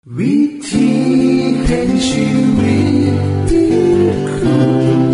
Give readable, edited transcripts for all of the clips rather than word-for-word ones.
วิธีแห่งชีวิตติดคุก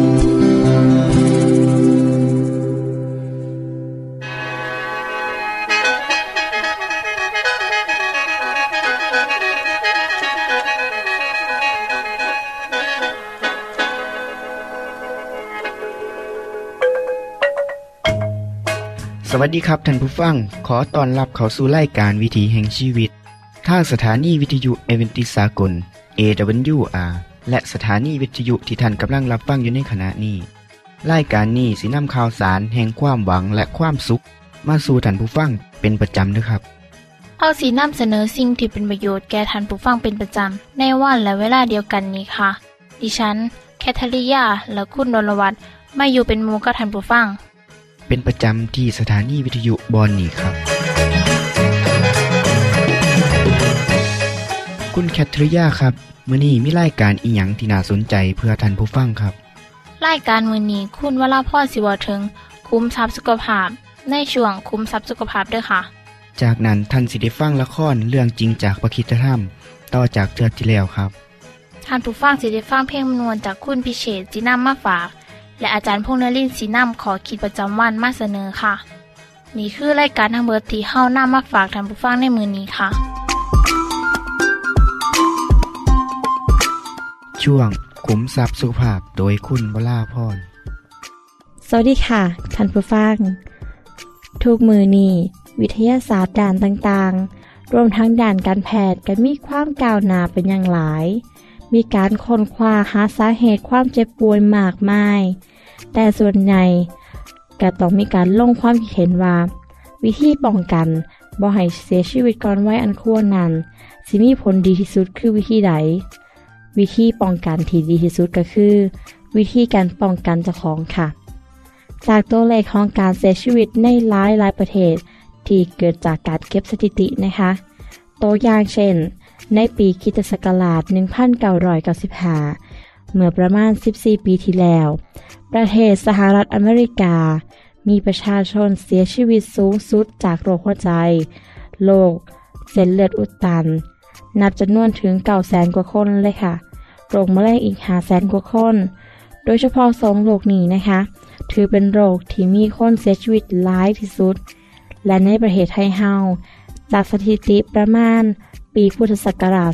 สวัสดีครับท่านผู้ฟังขอต้อนรับเข้าสู่รายการวิถีแห่งชีวิตทางสถานีวิทยุเอเวนติสากล AWR และสถานีวิทยุที่ท่านกำลังรับฟังอยู่ในขณะนี้รายการนี้สินำข่าวสารแห่งความหวังและความสุขมาสู่ท่านผู้ฟังเป็นประจำนะครับเฮาสินำเสนอสิ่งที่เป็นประโยชน์แก่ท่านผู้ฟังเป็นประจำในวันและเวลาเดียวกันนี้ค่ะดิฉันแคทริยาและคุณดลวัฒน์มาอยู่เป็นหมู่กับท่านผู้ฟังเป็นประจำที่สถานีวิทยุบอนนี่ครับคุณแคทริยาครับมื้อนี้มีรายการอีหยังที่น่าสนใจเพื่อท่านผู้ฟังครับรายการมื้อนี้คุณวราพรสิเว้าถึงคุ้มทรัพย์สุขภาพในช่วงคุ้มทรัพย์สุขภาพด้วยค่ะจากนั้นท่านสิได้ฟังละครเรื่องจริงจากประคีตธรรมต่อจากเทื่อที่แล้วครับท่านผู้ฟังสิได้ฟังเพลงมนวนจากคุณพิเชษฐ์สินำมาฝากและอาจารย์พงษ์นฤมลศรีนำขอคิดประจำวันมาเสนอค่ะนี่คือรายการทั้งเบิดที่เฮานำมาฝากท่านผู้ฟังในมื้อนี้ค่ะช่วงขุมทรัพย์สุขภาพโดยคุณวราพรสวัสดีค่ะท่านผู้ฟังทุกมื้อนี้วิทยาศาสตร์ด้านต่างๆรวมทั้งด้านการแพทย์ก็มีความก้าวหน้าเป็นอย่างหลายมีการค้นคว้าหาสาเหตุความเจ็บป่วยมากมายแต่ส่วนใหญ่ก็ต้องมีการลงความคิดเห็นว่าวิธีป้องกันบ่ให้เสียชีวิตก่อนวัยอันควรนั้นสิมีผลดีที่สุดคือวิธีใดวิธีป้องกันที่ดีที่สุดก็คือวิธีการป้องกันเจ้าของค่ะจากตัวเลขของการเสียชีวิตในหลายประเทศที่เกิดจากการเก็บสถิตินะคะตัวอย่างเช่นในปีค.ศ. 1995เมื่อประมาณ14ปีที่แล้วประเทศสหรัฐอเมริกามีประชาชนเสียชีวิตสูงสุดจากโรคหัวใจโรคเส้นเลือดอุดตันนับจำนวนถึง 900,000 กว่าคนเลยค่ะโรคมะเร็งอีก 500,000 กว่าคนโดยเฉพาะ2โรคนี้นะคะถือเป็นโรคที่มีคนเสียชีวิตหลายที่สุดและในประเทศไทยเฮาจากสถิติประมาณปีพุทธศักราช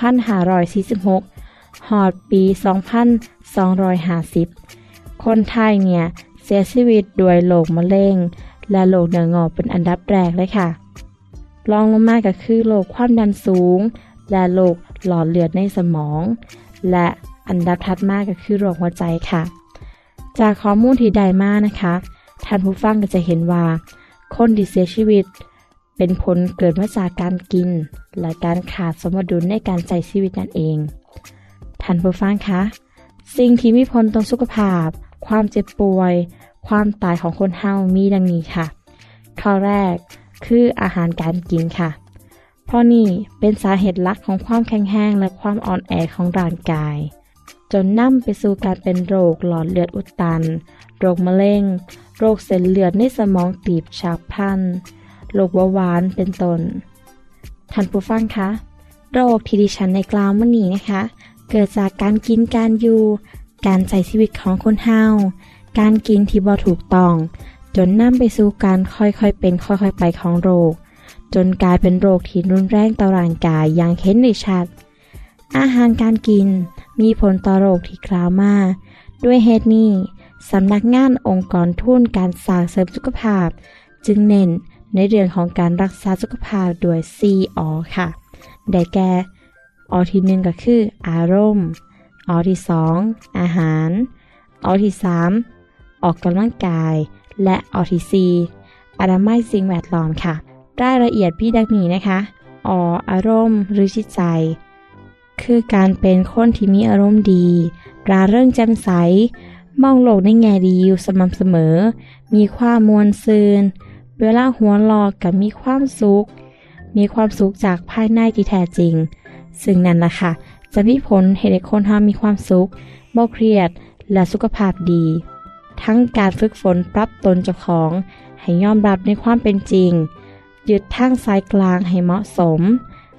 2546 ฮอดปี 2250 คนไทยเนี่ยเสียชีวิตด้วยโรคมะเร็งและโรคเนื้องอกเป็นอันดับแรกเลยค่ะรองลงมาก็คือโรคความดันสูงและโรคหลอดเลือดในสมองและอันดับถัดมาก็คือโรคหัวใจค่ะจากข้อมูลที่ได้มานะคะท่านผู้ฟังก็จะเห็นว่าคนที่เสียชีวิตเป็นผลเกิดมาจากการกินและการขาดสมดุลในการใช้ชีวิตนั่นเองท่านผู้ฟังคะสิ่งที่มีผลต่อสุขภาพความเจ็บป่วยความตายของคนเฮามีดังนี้ค่ะข้อแรกคืออาหารการกินค่ะเพราะนี่เป็นสาเหตุหลักของความแข็งแรงและความอ่อนแอของร่างกายจนนำไปสู่การเป็นโรคหลอดเลือดอุดตันโรคมะเร็งโรคเส้นเลือดในสมองตีบฉับพลันโรคเบาหวานเป็นต้นท่านผู้ฟังคะโรคที่ดิฉันในกล่าวมานี้นะคะเกิดจากการกินการอยู่การใช้ชีวิตของคนเฮาการกินที่บ่ถูกต้องจนนำไปสู่การค่อยๆเป็นค่อยๆไปของโรคจนกลายเป็นโรคที่รุนแรงต่อร่างกายอย่างเห็นได้ชัดอาหารการกินมีผลต่อโรคที่กล่าวมาด้วยเหตุนี้สำนักงานองค์กรทุนการสร้างเสริมสุขภาพจึงเน้นในเรื่องของการรักษาสุขภาพด้วย 4 อ.ค่ะได้แก่อ.ที่ 1 ก็คืออารมณ์อ.ที่ 2 อาหารอ.ที่ 3 ออกกำลังกายและอ.ที่ 4 อนามัยสิ่งแวดล้อมค่ะรายละเอียดพี่ดังนี้นะคะอ.อารมณ์หรือจิตใจคือการเป็นคนที่มีอารมณ์ดีร่าเริงแจ่มใสมองโลกในแง่ดีอยู่สม่ำเสมอมีความม่วนซื่นเวลาหัวเราะกับมีความสุขจากภายในที่แท้จริงซึ่งนั่นล่ะค่ะจะมีผลให้คนเฮามีความสุขบ่เครียดและสุขภาพดีทั้งการฝึกฝนปรับตนเจ้าของให้ยอมรับในความเป็นจริงยึดทางสายกลางให้เหมาะสม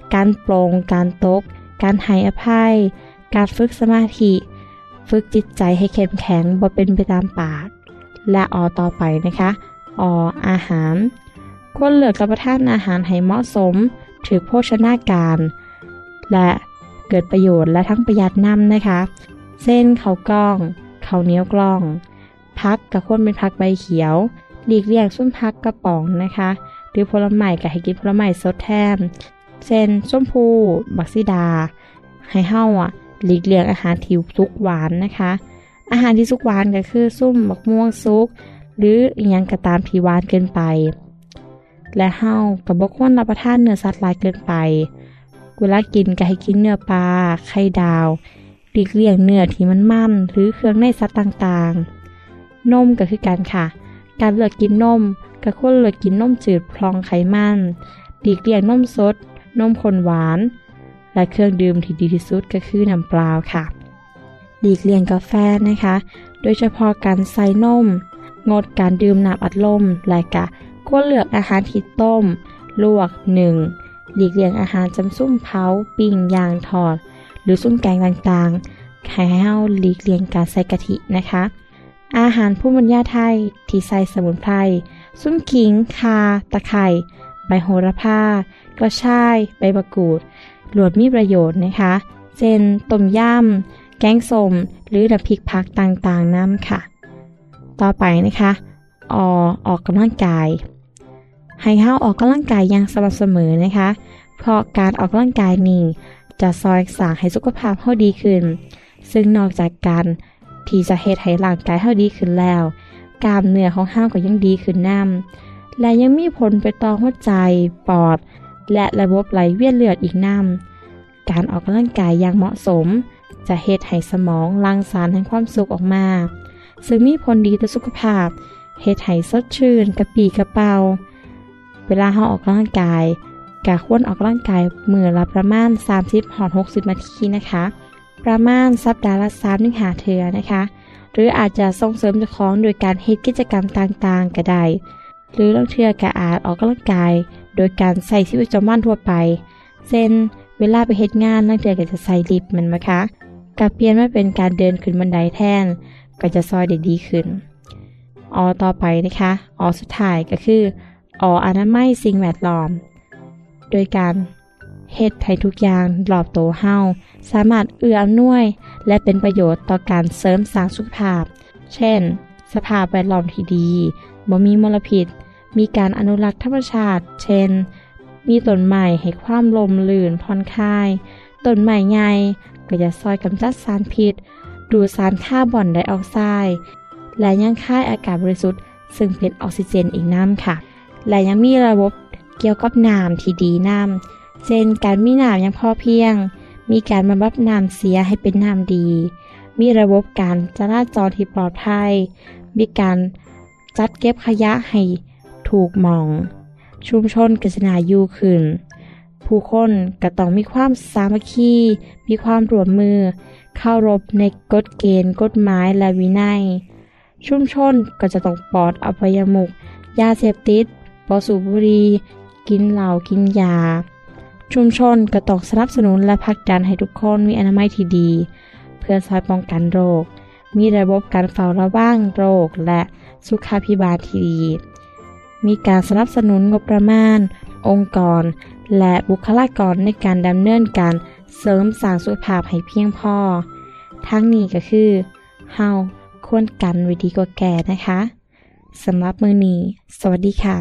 การปลงการตกการให้อภัยการฝึกสมาธิฝึกจิตใจให้เข้มแข็งบ่เป็นไปตามปากและต่อไปนะคะอาหารควรเลือกรับประทานอาหารให้เหมาะสมถือโภชนาการและเกิดประโยชน์และทั้งประหยัดน้ำนะคะเส้นข้าวกล้องข้าวเหนียวกล้องผักก็ควรเป็นผักใบเขียวหลีกเลี่ยงส้มผักกระป๋องนะคะหรือผลไม้ก็ให้กินผลไม้สดแทนเช่นส้มพูบักซีดาให้เฮาหลีกเลี่ยงอาหารที่สุกหวานนะคะอาหารที่สุกหวานก็คือส้มบักม่วงสุกหรืออีกอย่างก็ตามที่หวานเกินไปและเฮาก็บ่ควรรับประทานเนื้อสัตว์หลายเกินไปเวลากินก็ให้กินเนื้อปลาไข่ดาวหลีกเลี่ยงเนื้อที่มันหรือเครื่องในสัตว์ต่างๆนมก็คือกันค่ะการเลือกกินนมก็ควรเลือกกินนมจืดพรองไขมันหลีกเลี่ยงนมสดนมข้นหวานและเครื่องดื่มที่ดีที่สุดก็คือน้ำเปล่าค่ะหลีกเลี่ยงกาแฟนะคะโดยเฉพาะการใส่นมงดการดื่มน้ำอัดลมและก็ควรเลือกอาหารที่ต้มลวกนึ่งหลีกเลี่ยงอาหารจำซุ่มเผาปิ้งย่างทอดหรือซุ่มแกงต่างๆให้เฮาหลีกเลี่ยงการใส่กะทินะคะอาหารภูมิปัญญาไทยที่ใส่สมุนไพรซุ่มขิงข่าตะไคร้ใบโหระพากระชายใบมะกรูดล้วนมีประโยชน์นะคะเช่นต้มยำแกงส้มหรือน้ำพริกผักต่างๆน้ำค่ะต่อไปนะคะออกกำลังกายให้เฮาออกกำลังกายอย่างสม่ำเสมอนะคะเพราะการออกกำลังกายนี้จะซอยสร้างให้สุขภาพเฮาดีขึ้นซึ่งนอกจากการที่จะเฮ็ดให้ร่างกายเฮาดีขึ้นแล้วกล้ามเนื้อของเฮาก็ยังดีขึ้นนำและยังมีผลไปต่อหัวใจปอดและระบบไหลเวียนเลือดอีกนำการออกกำลังกายอย่างเหมาะสมจะเฮ็ดให้สมองหลั่งสารแห่งความสุขออกมาซึ่งมีผลดีต่อสุขภาพเฮ็ดให้สดชื่นกระปรี้กระเปร่าเวลาเฮาออกกำลังกายก็ควรออกกำลังกายมื้อละประมาณ 30-60 นาทีนะคะประมาณสัปดาห์ละ 3-5 เทื่อนะคะหรืออาจจะส่งเสริมเจ้าของโดยการเฮ็ดกิจกรรมต่างๆก็ได้หรือลางเทื่อก็อาจออกกำลังกายโดยการใส่ชีวิตประจำวันทั่วไปเช่นเวลาไปเฮ็ดงานลางเทื่อก็จะใส่ลิฟต์มันนะคะก็เปลี่ยนมาเป็นการเดินขึ้นบันไดแทนก็จะซอยได้ดีขึ้นต่อไปนะคะสุดท้ายก็คืออนามัยสิ่งแวดล้อมโดยการเฮ็ดให้ทุกอย่างรอบตัวเฮาสามารถเอื้ออำนวยและเป็นประโยชน์ต่อการเสริมสร้างสุขภาพเช่นสภาพแวดล้อมที่ดีบ่มีมลพิษมีการอนุรักษ์ธรรมชาติเช่นมีต้นไม้ให้ความลมลื่นผ่อนคลายต้นไม้ใหญ่ก็จะช่วยกำจัดสารพิษดูดสารคาร์บอนไดออกไซด์และยังคายอากาศบริสุทธิ์ซึ่งเป็นออกซิเจนอีกน้ำค่ะและยังมีระบบเกี่ยวกับน้ำที่ดีน้ำเช่นการมีน้ำอย่างพอเพียงมีการบำบัดน้ำเสียให้เป็นน้ำดีมีระบบการจราจรที่ปลอดภัยมีการจัดเก็บขยะให้ถูกหม่องชุมชนก็จะน่าอยู่ขึ้นผู้คนก็ต้องมีความสามัคคีมีความร่วมมือเคารพในกฎเกณฑ์กฎหมายและวินัยชุมชนก็จะต้องปลอดอบายมุขยาเสพติดบ่สูบบุหรี่กินเหล้ากินยาชุมชนก็ต้องสนับสนุนและผลักดันให้ทุกคนมีอนามัยที่ดีเพื่อช่วยป้องกันโรคมีระบบการเฝ้าระวังโรคและสุขาภิบาลที่ดีมีการสนับสนุนงบประมาณองค์กรและบุคลากรในการดำเนินการเสริมสร้างสุขภาพให้เพียงพอทั้งนี้ก็คือเฮาควรกันไว้ดีกว่าแก่นะคะสำหรับมื้อนี้สวัสดีค่ะ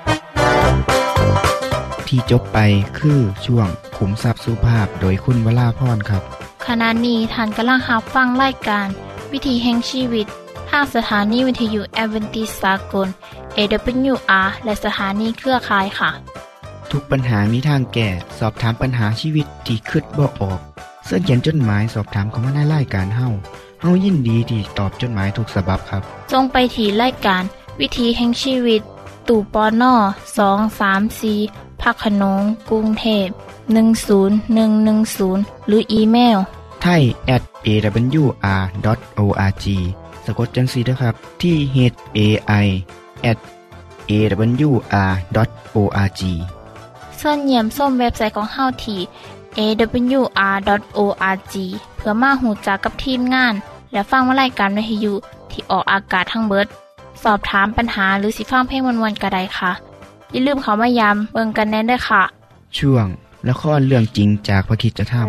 ที่จบไปคือช่วงขุมทรัพย์สุภาพโดยคุณวราพรครับขณะนี้ท่านกำลังรับฟังรายการวิถีแห่งชีวิตทางสถานีวิทยุแอดเวนทิสต์สากล AWR และสถานีเครือข่ายค่ะทุกปัญหามีทางแก้สอบถามปัญหาชีวิตที่คิดบ่ออกเสิร์ชเขียนจดหมายสอบถามเข้ามาในรายการเฮายินดีที่ตอบจดหมายทุกฉบับครับส่งไปที่รายการวิถีแห่งชีวิตตู้ปน234พักขนงกรุงเทพ10110หรืออีเมล thai@awr.org สะกดจังซี่นะครับที่ hai@awr.org ชิญเยี่ยมชมเว็บไซต์ของเฮาที่ awr.org เพื่อมาหูจักกับทีมงานและฟังรายการวิทยุที่ออกอากาศทั้งเบิดสอบถามปัญหาหรือสิฟังเพลงม่วนๆก็ได้ค่ะอย่าลืมเข้ามายามเบิ่งกันแน่นด้วยค่ะช่วงละครเรื่องจริงจากพระคริสตธรรม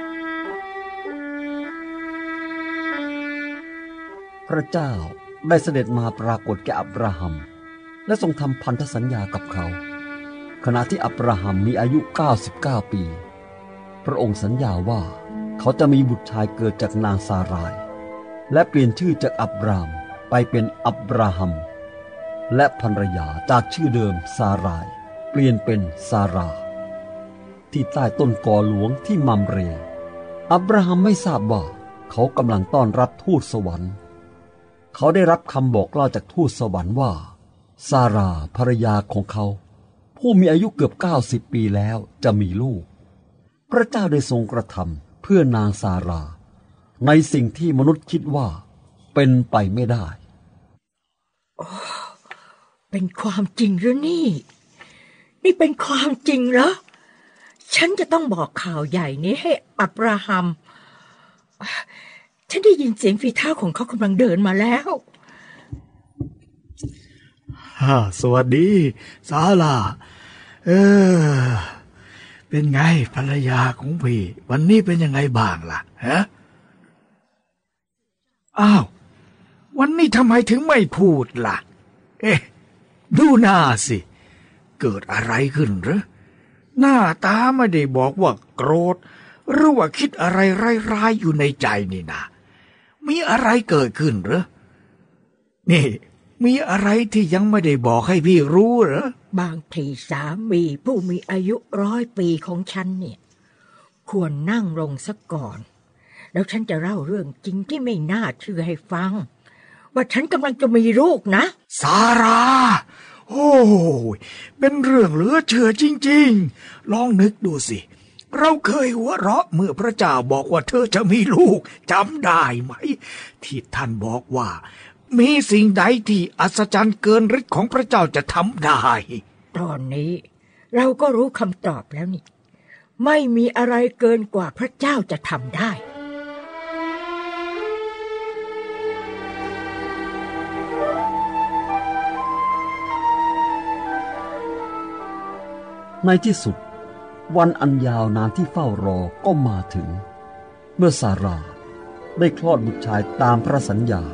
พระเจ้าได้เสด็จมาปรากฏแก่อับราฮัมและทรงทำพันธสัญญากับเขาขณะที่อับราฮัมมีอายุ99ปีพระองค์สัญญาว่าเขาจะมีบุตรชายเกิดจากนางซารายและเปลี่ยนชื่อจากอับรามไปเป็นอับราฮัมและภรรยาจากชื่อเดิมซารายเปลี่ยนเป็นซาราที่ใต้ต้นกอหลวงที่มัมเรอับราฮัมไม่ทราบว่าเขากำลังต้อนรับทูตสวรรค์เขาได้รับคำบอกเล่าจากทูตสวรรค์ว่าซาราภรรยาของเขาผู้มีอายุเกือบ90ปีแล้วจะมีลูกพระเจ้าได้ทรงกระทำเพื่อนางซาราในสิ่งที่มนุษย์คิดว่าเป็นไปไม่ได้เป็นความจริงหรือนี่เป็นความจริงเหรอฉันจะต้องบอกข่าวใหญ่นี้ให้อับราฮัมฉันได้ยินเสียงฝีเท้าของเขากำลังเดินมาแล้วสวัสดีซาลาเป็นไงภรรยาของพี่วันนี้เป็นยังไงบ้างล่ะฮะอ้าววันนี้ทำไมถึงไม่พูดล่ะดูหน้าสิเกิดอะไรขึ้นหรือหน้าตาไม่ได้บอกว่าโกรธหรือว่าคิดอะไรร้ายๆอยู่ในใจนี่นะมีอะไรเกิดขึ้นหรือนี่มีอะไรที่ยังไม่ได้บอกให้พี่รู้เหรอบางทีสามีผู้มีอายุ100 ปีของฉันเนี่ยควรนั่งลงซะก่อนแล้วฉันจะเล่าเรื่องจริงที่ไม่น่าเชื่อให้ฟังว่าฉันกำลังจะมีลูกนะซาราโอ้ยเป็นเรื่องเหลือเชื่อจริงๆลองนึกดูสิเราเคยหัวเราะเมื่อพระเจ้าบอกว่าเธอจะมีลูกจำได้ไหมที่ท่านบอกว่ามีสิ่งใดที่อัศจรรย์เกินฤทธิ์ของพระเจ้าจะทำได้ตอนนี้เราก็รู้คำตอบแล้วนี่ไม่มีอะไรเกินกว่าพระเจ้าจะทำได้ในที่สุดวันอันยาวนานที่เฝ้ารอก็มาถึงเมื่อซาราได้คลอดบุตรชายตามพระสัญญา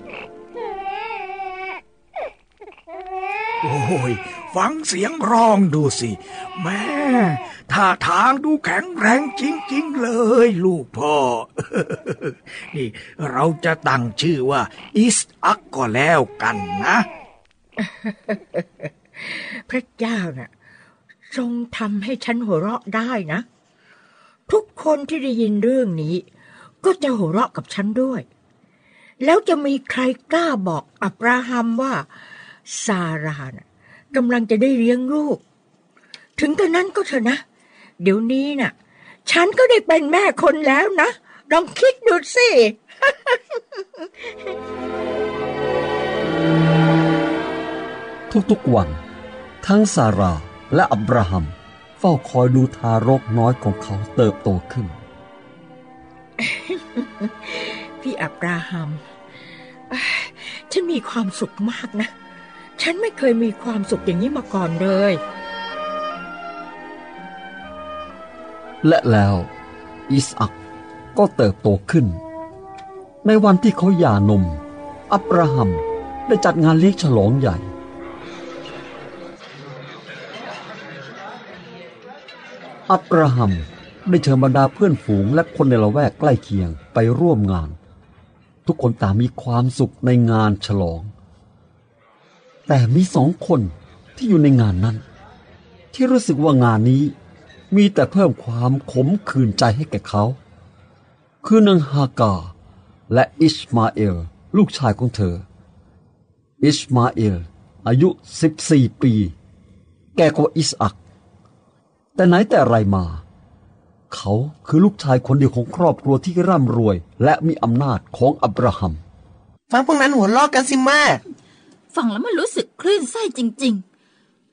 โอ้ยฟังเสียงร้องดูสิแม่ท่าทางดูแข็งแรงจริงๆเลยลูกพ่อ นี่เราจะตั้งชื่อว่าอิสอัคก็แล้วกันนะพระเจ้าน่ะทรงทำให้ฉันหัวเราะได้นะทุกคนที่ได้ยินเรื่องนี้ก็จะหัวเราะกับฉันด้วยแล้วจะมีใครกล้าบอกอับราฮัมว่าซาราน่ะกำลังจะได้เลี้ยงลูกถึงกระนั้นก็เถอะนะเดี๋ยวนี้น่ะฉันก็ได้เป็นแม่คนแล้วนะลองคิดดูสิทุกๆวันทั้งซาราและอับราฮัมเฝ้าคอยดูทารกน้อยของเขาเติบโตขึ้นพี่อับราฮัมฉันมีความสุขมากนะฉันไม่เคยมีความสุขอย่างนี้มาก่อนเลยและแล้วอิสอัคก็เติบโตขึ้นในวันที่เขาหย่านมอับราฮัมได้จัดงานเลี้ยงฉลองใหญ่อับราฮัมได้เชิญบรรดาเพื่อนฝูงและคนในละแวกใกล้เคียงไปร่วมงานทุกคนต่างมีความสุขในงานฉลองแต่มี2 คนที่อยู่ในงานนั้นที่รู้สึกว่างานนี้มีแต่เพิ่มความขมขื่นใจให้แก่เขาคือนางฮากาและอิชมาเอลลูกชายของเธออิชมาเอลอายุ14 ปีแก่กว่าอิสอัคแต่ไหนแต่ไรมาเขาคือลูกชายคนเดียวของครอบครัวที่ร่ำรวยและมีอำนาจของอับราฮัมฟังพวกนั้นหัวเราะกันสิแม่ฟังแล้วมันรู้สึกคลื่นไส้จริงๆ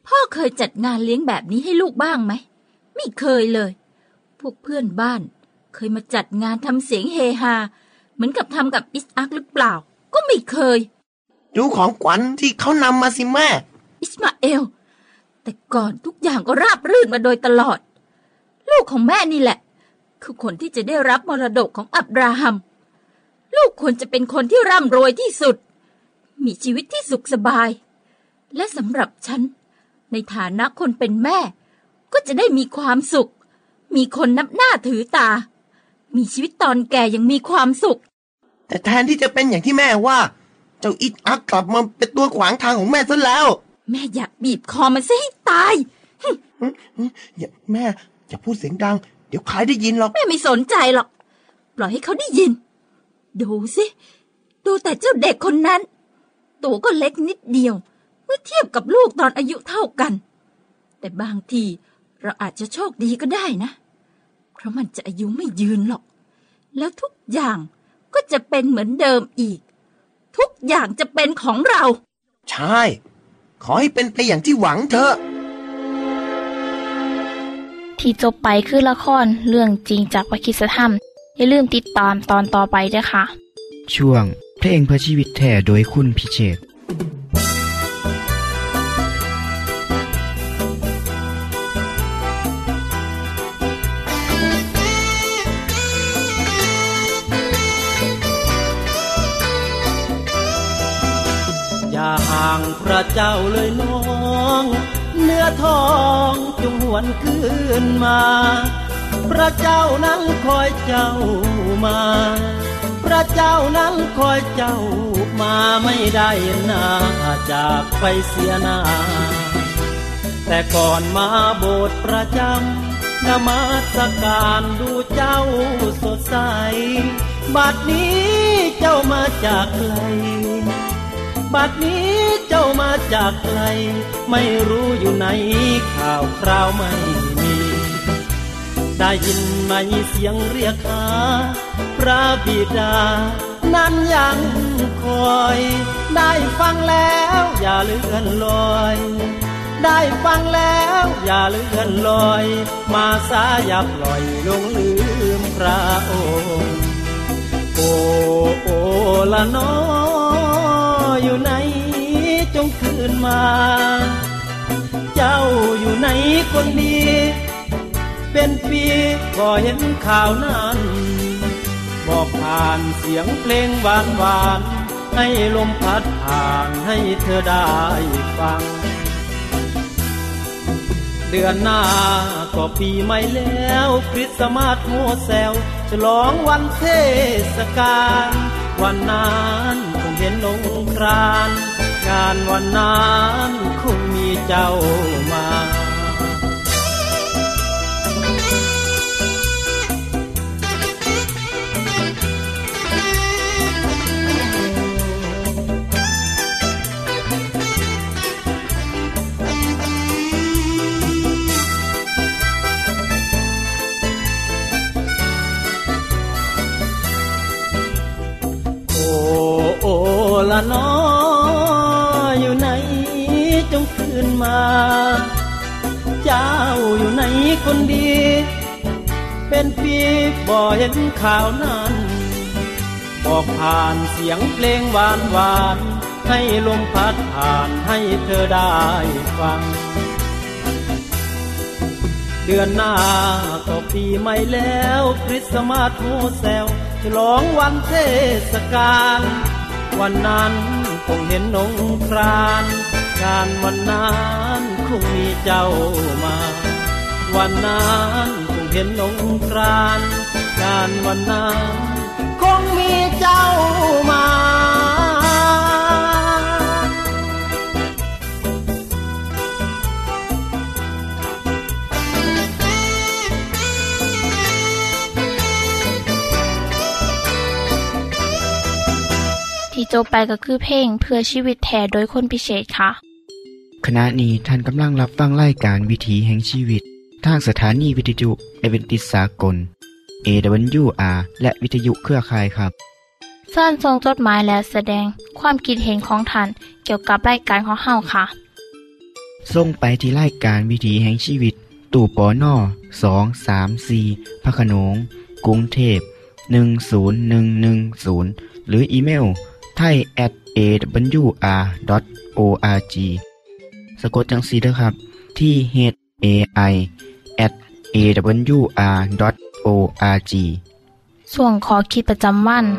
พ่อเคยจัดงานเลี้ยงแบบนี้ให้ลูกบ้างไหมไม่เคยเลยพวกเพื่อนบ้านเคยมาจัดงานทำเสียงเฮฮาเหมือนกับทำกับอิสอัคหรือเปล่าก็ไม่เคยดูของขวัญที่เขานำมาสิแม่อิสมาเอลแต่ก่อนทุกอย่างก็ราบรื่นมาโดยตลอดลูกของแม่นี่แหละคือคนที่จะได้รับมรดกของอับราฮัมลูกควรจะเป็นคนที่ร่ำรวยที่สุดมีชีวิตที่สุขสบายและสำหรับฉันในฐานะคนเป็นแม่ก็จะได้มีความสุขมีคนนับหน้าถือตามีชีวิตตอนแก่ยังมีความสุขแต่แทนที่จะเป็นอย่างที่แม่ว่าเจ้าอิสอัคกลับมาเป็นตัวขวางทางของแม่ซะแล้วแม่อยากบีบคอมันซะให้ตายแม่อย่าพูดเสียงดังเดี๋ยวใครได้ยินหรอกแม่ไม่สนใจหรอกปล่อยให้เขาได้ยินดูสิดูแต่เจ้าเด็กคนนั้นตัวก็เล็กนิดเดียวเมื่อเทียบกับลูกตอนอายุเท่ากันแต่บางทีเราอาจจะโชคดีก็ได้นะเพราะมันจะอายุไม่ยืนหรอกแล้วทุกอย่างก็จะเป็นเหมือนเดิมอีกทุกอย่างจะเป็นของเราใช่ขอให้เป็นไปอย่างที่หวังเถอะที่จบไปคือละครเรื่องจริงจากวคิสธรรมอย่าลืมติดตามตอนต่อไปด้วยค่ะช่วงเพลงเพื่อชีวิตแท้โดยคุณพิเชษฐ์อย่าห่างพระเจ้าเลยน้องเนื้อทองจงหวนคืนมาพระเจ้านั้นคอยเจ้ามาพระเจ้านั้นคอยเจ้ามาไม่ได้นาจากไปเสียนาแต่ก่อนมาโบสถ์ประจำนมัสการดูเจ้าสดใสบัดนี้เจ้ามาจากไกลบัดนี้เจ้ามาจากไกลไม่รู้อยู่ไหนข่าวคราวไม่มีได้ยินไหมเสียงเรียกหาพระบิดานั้นยังคอยได้ฟังแล้วอย่าเลื่อนลอยได้ฟังแล้วอย่าเลื่อนลอยมาสาอย่าปล่อยลงลืมพระองค์โอ้โอละน้ออยู่ไหนจงคืนมาเจ้าอยู่ไหนคนดีเป็นปีก็เห็นข่าวนั้นบอกผ่านเสียงเพลงหวานหวานให้ลมพัดผ่านให้เธอได้ฟังเดือนหน้าก็ปีใหม่แล้วคริสต์มาสโฮแซลฉลองวันเทศกาลวันนั้นคงเห็นองค์ครานงานวันนั้นคงมีเจ้ามาโอ้ละน้ออยู่ไหนจงคืนมาเจ้าอยู่ไหนคนดีเป็นปีบ่เห็นข่าวนั้นบอกผ่านเสียงเพลงหวานหวานให้ลมพัดผ่านให้เธอได้ฟังเดือนหน้าก็ปีใหม่แล้วคริสต์มาสโฮแซลฉลองวันเทศกาลวันนั้นคงเห็นองค์ครานงานวันนั้นคงมีเจ้ามาวันนั้นคงเห็นองค์ครานงานวันนั้นคงมีเจ้ามาที่จบไปก็คือเพลงเพื่อชีวิตแท้โดยคนพิเศษค่ะขณะนี้ท่านกำลังรับฟังรายการวิถีแห่งชีวิตทางสถานีวิทยุเอเวนติสากล AWR และวิทยุเครือข่ายครับเชิญส่งจดหมายและแสดงความคิดเห็นของท่านเกี่ยวกับรายการของเฮาค่ะส่งไปที่รายการวิถีแห่งชีวิตตู้ปน234พระโขนงกรุงเทพ10110หรืออีเมลthai@awr.org สะกดจังซี่เด้อครับที่ hai@awr.org ส่วนขอคิดประจำวัน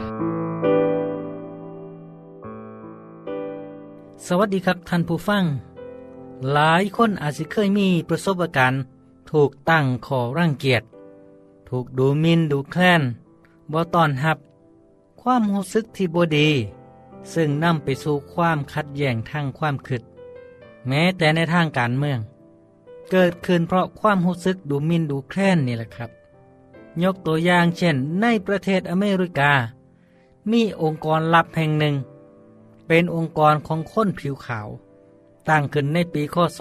สวัสดีครับท่านผู้ฟังหลายคนอาจสิเคยมีประสบการณ์ถูกตั้งข้อรังเกียจถูกดูหมิ่นดูแคลนบ่ต้อนรับความรู้สึกที่บ่ดีซึ่งนำไปสู่ความขัดแย้งทางความคิดแม้แต่ในทางการเมืองเกิดขึ้นเพราะความรู้สึกดูหมิ่นดูแคลนนี่แหละครับยกตัวอย่างเช่นในประเทศอเมริกามีองค์กรลับแห่งหนึ่งเป็นองค์กรของคนผิวขาวตั้งขึ้นในปีค.ศ.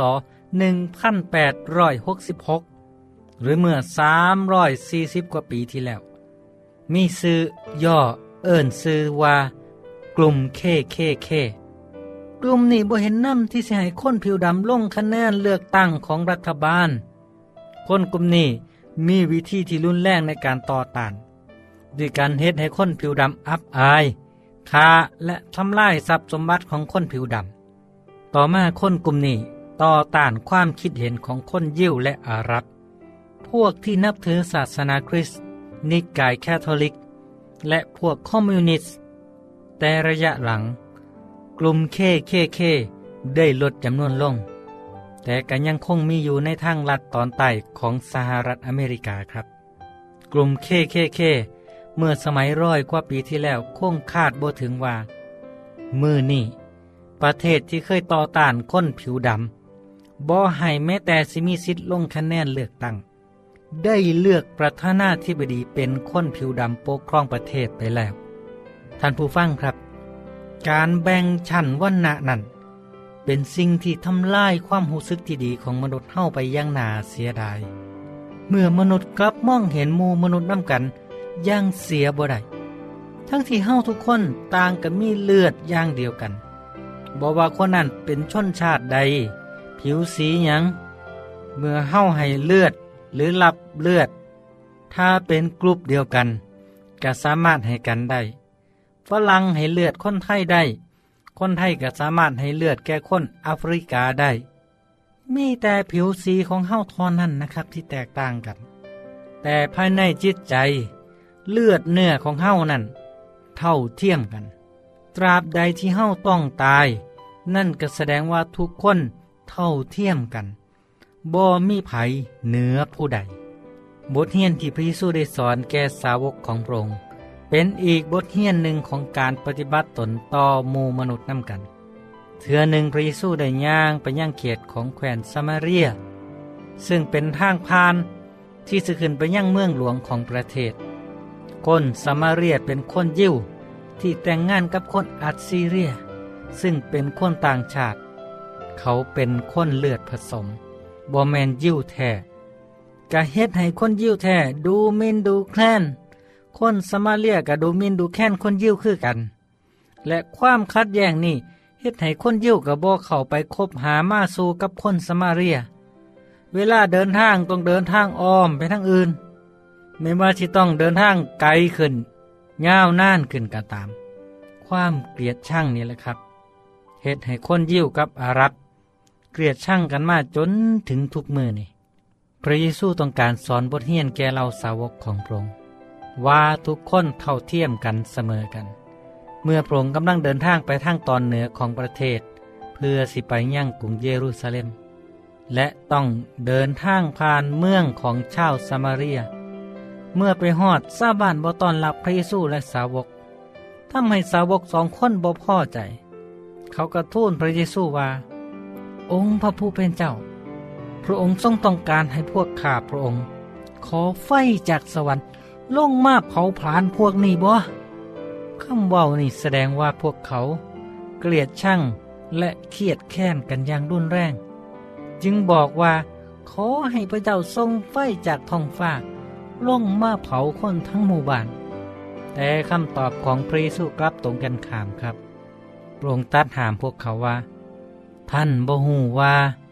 1866หรือเมื่อ340กว่าปีที่แล้วมีชื่อย่อเอิ้นชื่อว่ากลุ่ม KKK กลุ่มนี้บ่เห็นนำที่สิให้คนผิวดำลงคะแนนเลือกตั้งของรัฐบาลคนกลุ่มนี้มีวิธีที่รุนแรงในการต่อต้านด้วยการเฮ็ดให้คนผิวดำอับอายฆ่าและทำลายทรัพย์สมบัติของคนผิวดำต่อมาคนกลุ่มนี้ต่อต้านความคิดเห็นของคนยิวและอาหรับพวกที่นับถือศาสนาคริสต์นิกายแคทอลิกและพวกคอมมิวนิสต์แต่ระยะหลังกลุ่ม KKK ได้ลดจำนวนลงแต่ก็ยังคงมีอยู่ในทางลัดตอนใต้ของสหรัฐอเมริกาครับกลุ่ม KKK เมื่อสมัย100 กว่าปีที่แล้วคงคาดบ่ถึงว่ามื้อนี้ประเทศที่เคยต่อต้านคนผิวดำบ่ให้แม้แต่สิมีสิทธิ์ลงคะแนนเลือกตั้งได้เลือกประธานาธิบดีเป็นคนผิวดำปกครองประเทศไปแล้วท่านผู้ฟังครับการแบ่งชั้นวรรณะนั้นเป็นสิ่งที่ทำลายความรู้สึกที่ดีของมนุษย์เฮาไปอย่างน่าเสียดายเมื่อมนุษย์กลับมองเห็นหมู่มนุษย์นำกันอย่างเสียบ่ได้ทั้งที่เฮาทุกคนต่างกันมีเลือดอย่างเดียวกันบ่ว่าคนนั้นเป็นชนชาติใดผิวสีหยังเมื่อเฮาให้เลือดหรือรับเลือดถ้าเป็นกลุ่มเดียวกันก็สามารถให้กันได้ฝรั่งให้เลือดคนไทยได้คนไทยก็สามารถให้เลือดแก่คนแอฟริกาได้มีแต่ผิวสีของเฮาเท่านั้นนะครับที่แตกต่างกันแต่ภายในจิตใจเลือดเนื้อของเฮานั้นเท่าเทียมกันตราบใดที่เฮาต้องตายนั่นก็แสดงว่าทุกคนเท่าเทียมกันบ่มีไผเหนือผู้ใดบทเรียนที่พระเยซูได้สอนแก่สาวกของพระองค์เป็นอีกบทเรียนหนึ่งของการปฏิบัติตนต่อหมู่มนุษย์นำกันเทื่อหนึ่งพระเยซูได้ย่างไปยังเขตของแคว้นซามาเรียซึ่งเป็นทางผ่านที่จะขึ้นไปยังเมืองหลวงของประเทศคนซามาเรียเป็นคนยิวที่แต่งงานกับคนอัสซีเรียซึ่งเป็นคนต่างชาติเขาเป็นคนเลือดผสมบ่แม่นยิวแท้ก็เฮ็ดให้คนยิวแท้ดูหมิ่นดูแคลนคนซามาเรียก็ดูหมิ่นดูแคลนคนยิวคือกันและความขัดแย้งนี้เฮ็ดให้คนยิวก็บ่เข้าไปคบหามาสู่กับคนซามาเรียเวลาเดินทางต้องเดินทางอ้อมไปทางอื่นไม่ว่าสิต้องเดินทางไกลขึ้นยาวนานขึ้นก็ตามความเกลียดชังนี่แหละครับเฮ็ดให้คนยิวกับอาหรับเกลียดชังกันมาจนถึงทุกมื้อนี่พระเยซูต้องการสอนบทเรียนแก่เราสาวกของพระองค์ว่าทุกคนเท่าเทียมกันเสมอกันเมื่อพระองค์กำลังเดินทางไปทางตอนเหนือของประเทศเพื่อสิไปยังกรุงเยรูซาเล็มและต้องเดินทางผ่านเมืองของชาวซามาเรียเมื่อไปฮอดชาวบ้านบ่ต้อนรับพระเยซูและสาวกทำให้สาวก2 คนบ่พอใจเขาก็ทูลพระเยซูว่าองค์พระผู้เป็นเจ้าพระองค์ทรงต้องการให้พวกข้าพระองค์ขอไฟจากสวรรค์ลงมาเผาผลาญพวกนี้บ่คำเว้านี่แสดงว่าพวกเขาเกลียดชังและเครียดแค้นกันอย่างรุนแรงจึงบอกว่าขอให้พระเจ้าทรงไฟจากท้องฟ้าลงมาเผาคนทั้งหมู่บ้านแต่คำตอบของพระเยซูกลับตรงกันข้ามครับพระองค์ตรัสถามพวกเขาว่าท่านบ่ฮู้ว่า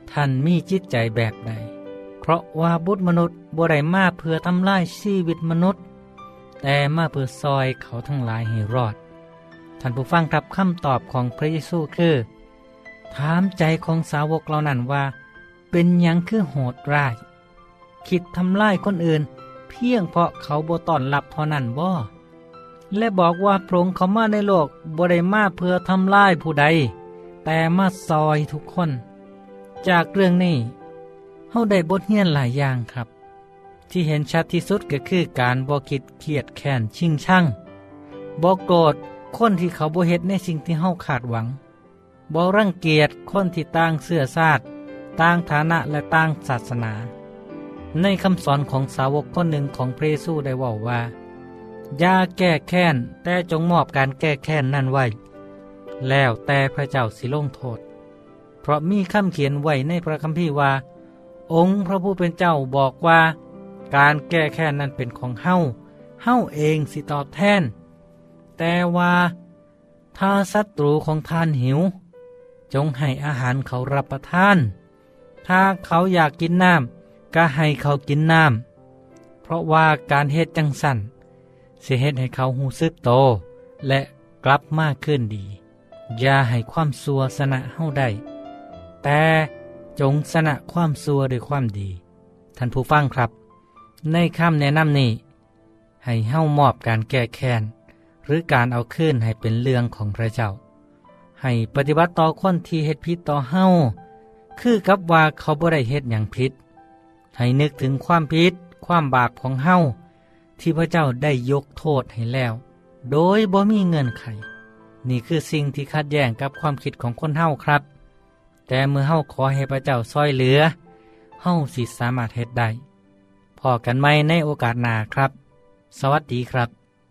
ท่านมีจิตใจแบบใดเพราะว่าบุตรมนุษย์บ่ได้มาเพื่อทำลายชีวิตมนุษย์แต่มาเพื่อซอยเขาทั้งหลายให้รอดท่านผู้ฟังครับคำตอบของพระเยซูคือถามใจของสาวกเหล่านั้นว่าเป็นหยังคือโหดร้ายคิดทำลายคนอื่นเพียงเพราะเขาบ่ต้อนรับเท่านั้นบ่และบอกว่าพระองค์เข้ามาในโลกบ่ได้มาเพื่อทำลายผู้ใดแต่มาซอยทุกคนจากเรื่องนี้เฮาได้บทเรียนหลายอย่างครับที่เห็นชัดที่สุดก็คือการบ่คิดเกียดแค้นชิงชั่งบ่โกรธคนที่เขาบ่เฮ็ดในสิ่งที่เฮาคาดหวังบ่รังเกียจคนที่ต่างเชื้อชาติต่างฐานะและต่างศาสนาในคำสอนของสาวกคนหนึ่งของพระเยซูได้ว่าอย่าแก้แค้นแต่จงมอบการแก้แค้นนั้นไว้แล้วแต่พระเจ้าสิลงโทษเพราะมีคำเขียนไว้ในพระคัมภีร์ว่าองค์พระผู้เป็นเจ้าบอกว่าการแก้แค้นนั้นเป็นของเฮาเองสิตอบแทนแต่ว่าถ้าศัตรูของท่านหิวจงให้อาหารเขารับประทานถ้าเขาอยากกินน้ำก็ให้เขากินน้ำเพราะว่าการเฮ็ดจังสั่นสิเฮ็ดให้เขาหูซึกโตและกลับมาขึ้นดีอย่าให้ความซัวชนะเฮาได้แต่จงชนะความซัวด้วยความดีท่านผู้ฟังครับในคำแนะนำนี้ให้เฮามอบการแก้แค้นหรือการเอาคืนให้เป็นเรื่องของพระเจ้าให้ปฏิบัติต่อคนที่เฮ็ดผิดต่อเฮาคือกับว่าเขาบ่ได้เฮ็ดหยังผิดให้นึกถึงความผิดความบาปของเฮาที่พระเจ้าได้ยกโทษให้แล้วโดยบ่มีเงื่อนไขนี่คือสิ่งที่ขัดแย้งกับความคิดของคนเฮาครับแต่เมื่อเฮาขอให้พระเจ้าช่วยเหลือเฮาสิสามารถเฮ็ดได้พอกันใหม่ในโอกาสหน้าครับสวัสดีครับ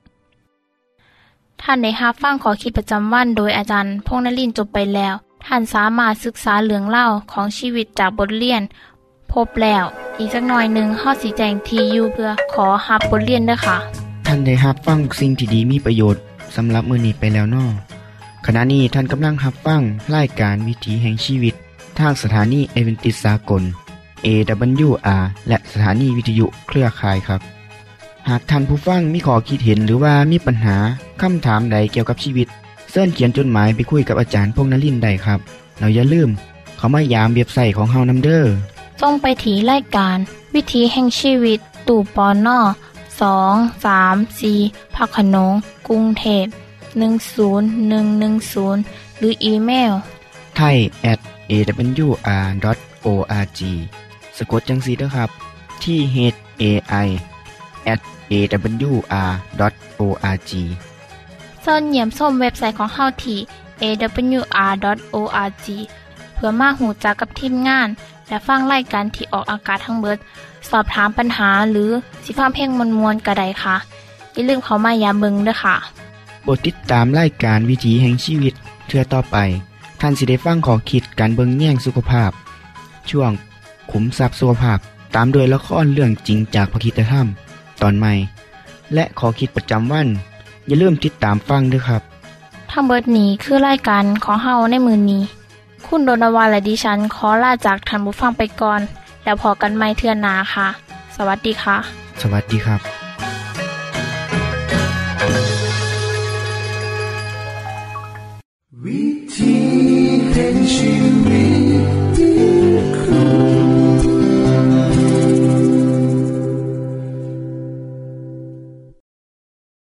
ท่านได้รับฟังขอคิดประจำวันโดยอาจารย์พงษ์นฤมลจบไปแล้วท่านสามารถศึกษาเรื่องเล่าของชีวิตจากบทเรียนพบแล้วอีกสักหน่อยหนึ่งเฮาสิแจ้งที่อยู่เพื่อขอรับบทเรียนเด้อค่ะท่านได้รับฟังสิ่งที่ดีมีประโยชน์สำหรับมื้อนี้ไปแล้วน้อขณะนี้ท่านกำลังรับฟังรายการวิถีแห่งชีวิตทางสถานีเอเวนติสากล AWR และสถานีวิทยุเครือข่ายครับหากท่านผู้ฟังมีข้อคิดเห็นหรือว่ามีปัญหาคำถามใดเกี่ยวกับชีวิตเชิญเขียนจดหมายไปคุยกับอาจารย์พงษ์นฤมลได้ครับเราอย่าลืมเขามายามเว็บไซต์ของเฮานำเด้อส่งไปที่รายการวิถีแห่งชีวิตตู่ปน234พักขนงกรุงเทพ10110หรืออีเมล thai@awr.org สะกดจังซี่เด้อครับที่ thai@awr.org เชิญเยี่ยมชมเว็บไซต์ของเฮาที่ awr.org เพื่อมาหูจักกับทีมงานและฟังรายการที่ออกอากาศทั้งเบิดสอบถามปัญหาหรือสิฟังเพลงมวลๆก็ได้ค่ะอย่าลืมเข้ามายามเบิ่งเด้อค่ะโปรดติดตามรายการวิถีแห่งชีวิตเทื่อต่อไปท่านสิได้ฟังข้อคิดการเบิ่งแย่งสุขภาพช่วงขุมทรัพย์สุขภาพตามโดยละครเรื่องจริงจากพระคริสตธรรมตอนใหม่และข้อคิดประจำวันอย่าลืมติดตามฟังด้วยครับทั้งเบิดนี้คือรายการของเฮาในมื้อนี้คุณโดนวาและดิฉันขอลาจากท่านผู้ฟังไปก่อนแล้วพอกันใหม่เทื่อหน้าค่ะสวัสดีค่ะสวัสดีครับ